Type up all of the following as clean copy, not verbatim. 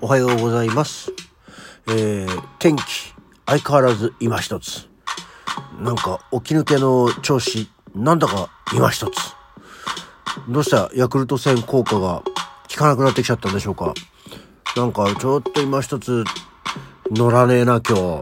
おはようございます。天気相変わらず今一つ。なんか起き抜けの調子なんだか今一つ。どうしたヤクルト1000効果が効かなくなってきちゃったんでしょうか。なんかちょっと今一つ乗らねえな今日。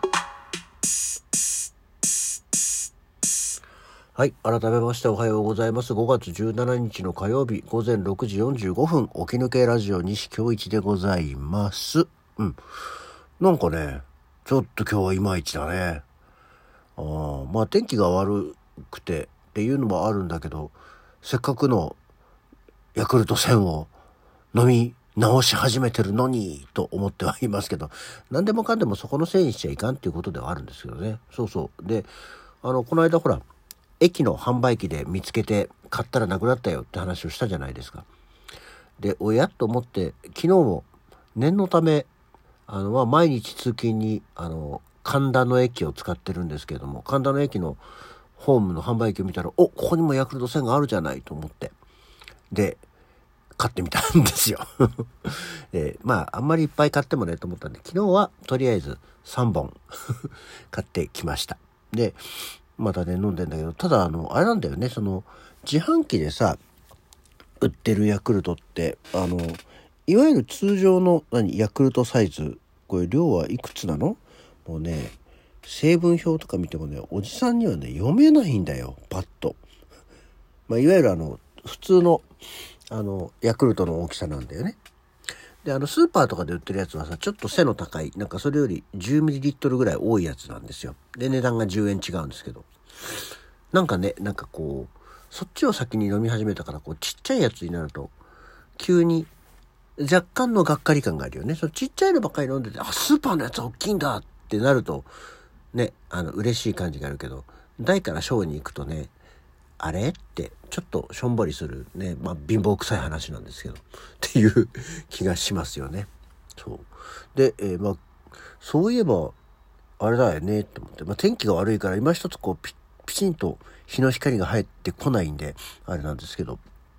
はい。改めましておはようございます。5月17日の火曜日午前6時45分、起き抜けラジオ西京一でございます。なんかね、ちょっと今日はいまいちだね。まあ天気が悪くてっていうのもあるんだけど、せっかくのヤクルト1000を飲み直し始めてるのにと思ってはいますけど、何でもかんでもそこのせいにしちゃいかんっていうことではあるんですけどね。そうそう。で、この間ほら、駅の販売機で見つけて買ったらなくなったよって話をしたじゃないですか。で、おやと思って昨日も念のため毎日通勤に神田の駅を使ってるんですけれども、神田の駅のホームの販売機を見たら、ここにもヤクルト1000があるじゃないと思ってで買ってみたんですよ。あんまりいっぱい買ってもねと思ったんで、昨日はとりあえず3本買ってきました。でまたね飲んでんだけど、ただあれなんだよね、その自販機でさ売ってるヤクルトっていわゆる通常のヤクルトサイズ、これ量はいくつなの？もうね、成分表とか見てもね、おじさんにはね読めないんだよパッと。いわゆる普通のヤクルトの大きさなんだよね。でスーパーとかで売ってるやつはさ、ちょっと背の高い、なんかそれより 10ml ぐらい多いやつなんですよ。で値段が10円違うんですけど、なんかね、なんかこうそっちを先に飲み始めたから、こうちっちゃいやつになると急に若干のがっかり感があるよね。そのちっちゃいのばっかり飲んでて、スーパーのやつは大きいんだってなるとね、嬉しい感じがあるけど、大から小に行くとね、あれってちょっとしょんぼりするね、貧乏くさい話なんですけどっていう気がしますよね。そうで、そういえばあれだよねって思って、天気が悪いから今一つこうピチンと日の光が入ってこないんであれなんですけど、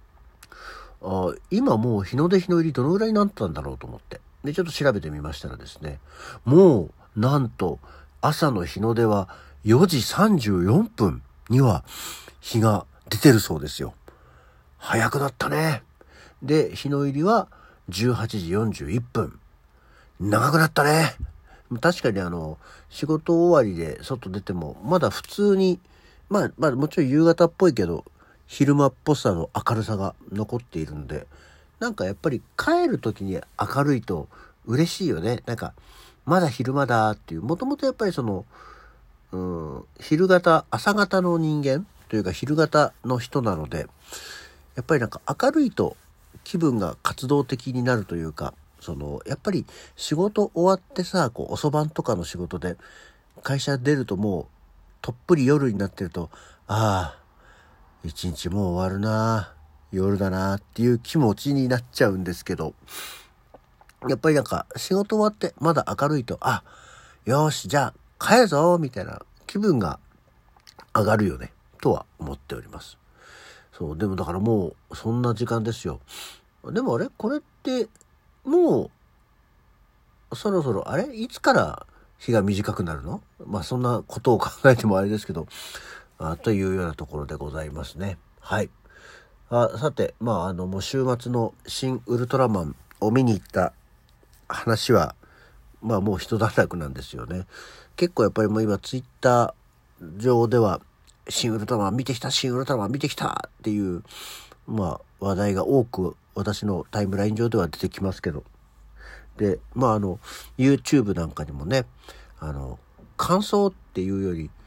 今もう日の出日の入りどのぐらいになったんだろうと思って、でちょっと調べてみましたらですね、もうなんと朝の日の出は4時34分には日が出てるそうですよ。早くなったね。で日の入りは18時41分。長くなったね。確かに仕事終わりで外出てもまだ普通にもちろん夕方っぽいけど昼間っぽさの明るさが残っているので、なんかやっぱり帰る時に明るいと嬉しいよね。なんかまだ昼間だっていう、もともとやっぱりその昼型朝型の人間というか昼型の人なので、やっぱりなんか明るいと気分が活動的になるというか、やっぱり仕事終わってさ、こう遅番とかの仕事で会社出るともうとっぷり夜になってると、一日もう終わるな、夜だなっていう気持ちになっちゃうんですけど、やっぱりなんか仕事終わってまだ明るいと、よしじゃあ帰るぞみたいな気分が上がるよねとは思っております。そうでもだからもうそんな時間ですよ。でもこれってもうそろそろいつから日が短くなるの？そんなことを考えてもあれですけど、というようなところでございますね。はい。さて、もう週末の新ウルトラマンを見に行った話は、もう一段落なんですよね。結構やっぱりもう今ツイッター上では、新ウルトラマン見てきた、新ウルトラマン見てきたっていう、話題が多く私のタイムライン上では出てきますけど、で、YouTube なんかにもね、感想っていうより、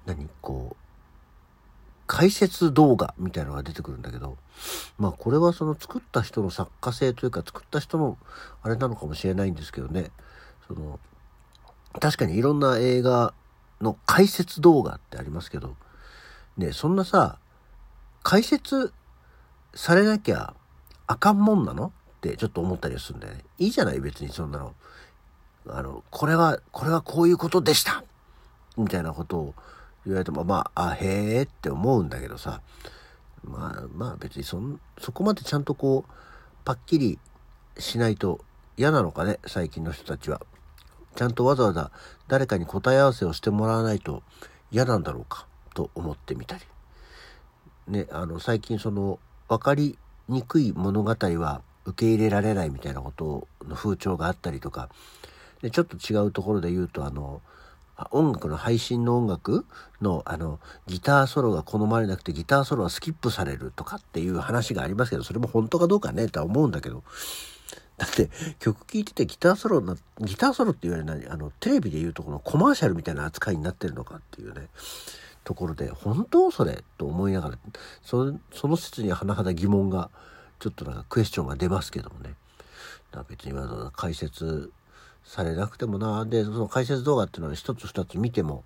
解説動画みたいなのが出てくるんだけど、これはその作った人の作家性というか、作った人のあれなのかもしれないんですけどね、確かにいろんな映画の解説動画ってありますけど、ね、そんなさ、解説されなきゃあかんもんなのってちょっと思ったりするんだよね。いいじゃない別にそんなの。これはこういうことでしたみたいなことを言われても、へーって思うんだけどさ、別にそこまでちゃんとこうパッキリしないと嫌なのかね、最近の人たちは。ちゃんとわざわざ誰かに答え合わせをしてもらわないと嫌なんだろうかと思ってみたりね。最近分かりにくい物語は受け入れられないみたいなことの風潮があったりとかで、ちょっと違うところで言うと音楽の配信の音楽のギターソロが好まれなくてギターソロはスキップされるとかっていう話がありますけど、それも本当かどうかねとは思うんだけど、だって曲聴いててギターソロって言われないテレビで言うとこのコマーシャルみたいな扱いになってるのかっていうねところで、本当それと思いながらその説には甚だ疑問がちょっとクエスチョンが出ますけどもね。だから別にわざわざ解説されなくてもな。でその解説動画っていうのは一つ二つ見ても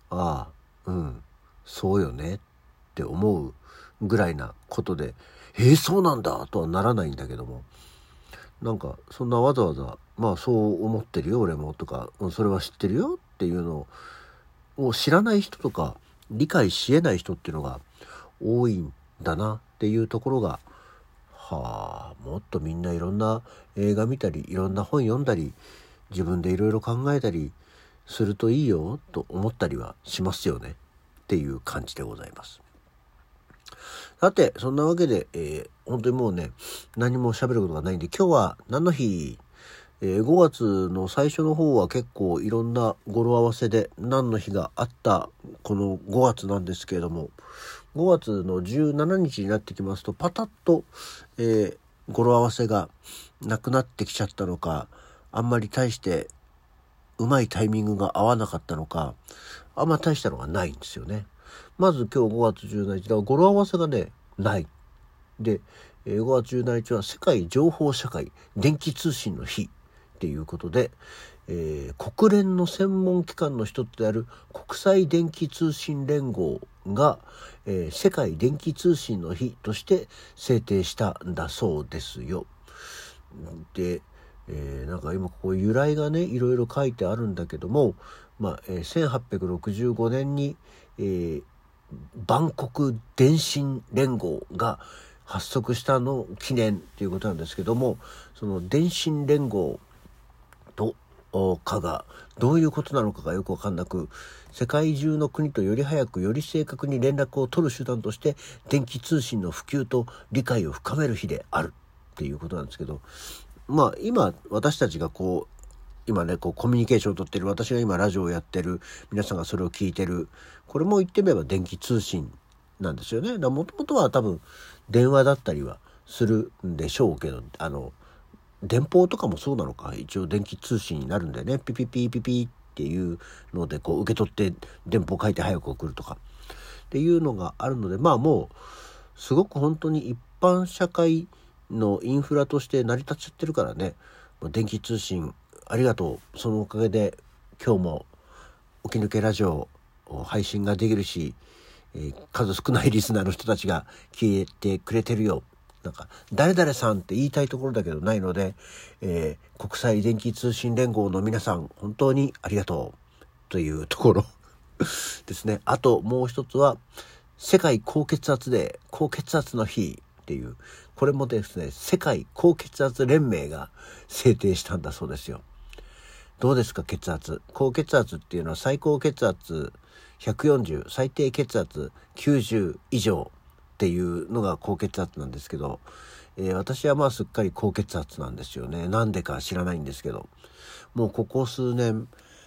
そうよねって思うぐらいなことでそうなんだとはならないんだけども、そんなわざわざそう思ってるよ俺もとかそれは知ってるよっていうのを知らない人とか理解し得ない人っていうのが多いんだなっていうところが、もっとみんないろんな映画見たりいろんな本読んだり自分でいろいろ考えたりするといいよと思ったりはしますよねっていう感じでございます。さてそんなわけで、本当にもうね何も喋ることがないんで、今日は何の日、5月の最初の方は結構いろんな語呂合わせで何の日があったこの5月なんですけれども、5月の17日になってきますとパタッと、語呂合わせがなくなってきちゃったのか、あんまり大してうまいタイミングが合わなかったのか、あんま大したのがないんですよね。まず今日5月17日だから語呂合わせがねないで、5月17日は世界情報社会電気通信の日っていうことで、国連の専門機関の一つである国際電気通信連合が、世界電気通信の日として制定したんだそうですよ。で、今ここ由来がねいろいろ書いてあるんだけども、1865年に、万国電信連合が発足したの記念ということなんですけども、その電信連合とかがどういうことなのかがよく分かんなく、世界中の国とより早くより正確に連絡を取る手段として電気通信の普及と理解を深める日であるっていうことなんですけど、今私たちが今ねコミュニケーションを取ってる、私が今ラジオをやってる、皆さんがそれを聞いてる、これも言ってみれば電気通信なんですよね。もともとは多分電話だったりはするんでしょうけど、電報とかもそうなのか、一応電気通信になるんでね、ピピピピピっていうので受け取って電報書いて早く送るとかっていうのがあるので、もうすごく本当に一般社会のインフラとして成り立っちゃってるからね、電気通信ありがとう。そのおかげで今日も起き抜けラジオ配信ができるし、数少ないリスナーの人たちが聞いてくれてるよ。誰々さんって言いたいところだけどないので、国際電気通信連合の皆さん本当にありがとうというところですね。あともう一つは世界高血圧デー、高血圧の日っていう、これもですね世界高血圧連盟が制定したんだそうですよ。どうですか血圧。高血圧っていうのは最高血圧140、最低血圧90以上っていうのが高血圧なんですけど、私はすっかり高血圧なんですよね。なんでか知らないんですけど、もうここ数年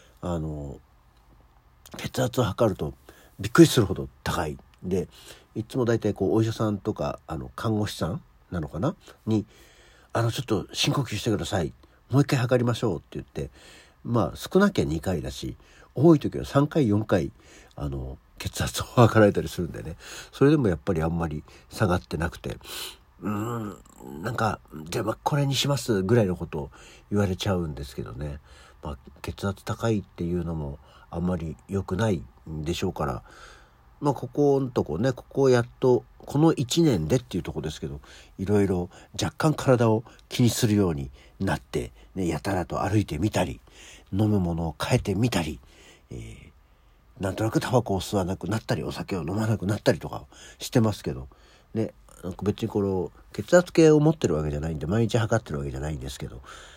血圧を測るとびっくりするほど高いで、いつもだいたいお医者さんとか看護師さんなのかなにちょっと深呼吸してください、もう一回測りましょうって言って、少なきゃ2回だし多い時は3回4回血圧を測られたりするんでね、それでもやっぱりあんまり下がってなくて、じゃあこれにしますぐらいのことを言われちゃうんですけどね。血圧高いっていうのもあんまり良くないんでしょうから、ここのとこね、ここやっとこの1年でっていうとこですけど、いろいろ若干体を気にするようになって、やたらと歩いてみたり飲むものを変えてみたり、なんとなくタバコを吸わなくなったりお酒を飲まなくなったりとかしてますけどね。別に血圧計を持ってるわけじゃないんで毎日測ってるわけじゃないんですけど、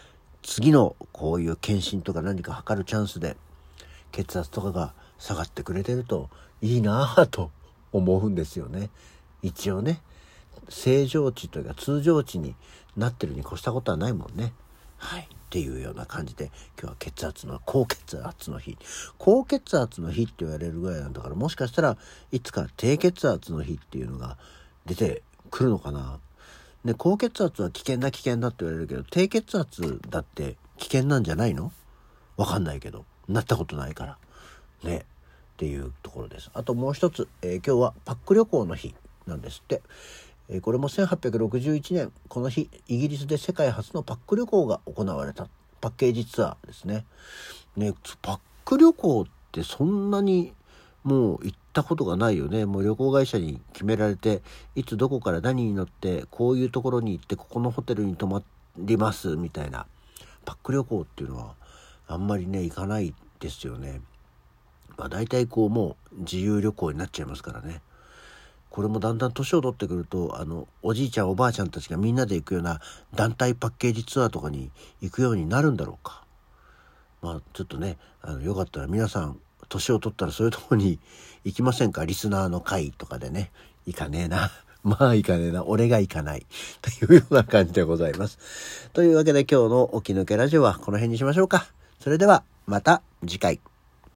次のこういう検診とか何か測るチャンスで血圧とかが下がってくれてるといいなぁと思うんですよね。一応ね、正常値というか通常値になってるに越したことはないもんね。はい、っていうような感じで今日は高血圧の日って言われるぐらいなんだから、もしかしたらいつか低血圧の日っていうのが出てくるのかな。で、高血圧は危険だって言われるけど、低血圧だって危険なんじゃないの？わかんないけど、なったことないからねっていうところです。あともう一つ、今日はパック旅行の日なんですって。これも1861年この日、イギリスで世界初のパック旅行が行われたパッケージツアーですね。パック旅行ってそんなにもう行ったことがないよね。もう旅行会社に決められて、いつどこから何に乗ってこういうところに行ってここのホテルに泊まりますみたいなパック旅行っていうのはあんまりね行かないですよね。大体こうもう自由旅行になっちゃいますからね。これもだんだん年を取ってくるとおじいちゃんおばあちゃんたちがみんなで行くような団体パッケージツアーとかに行くようになるんだろうか。ちょっとねよかったら皆さん年を取ったらそういうところに行きませんか？リスナーの会とかでね。行かねえな行かねえな、俺が行かないというような感じでございます。というわけで今日の起き抜けラジオはこの辺にしましょうか。それではまた次回。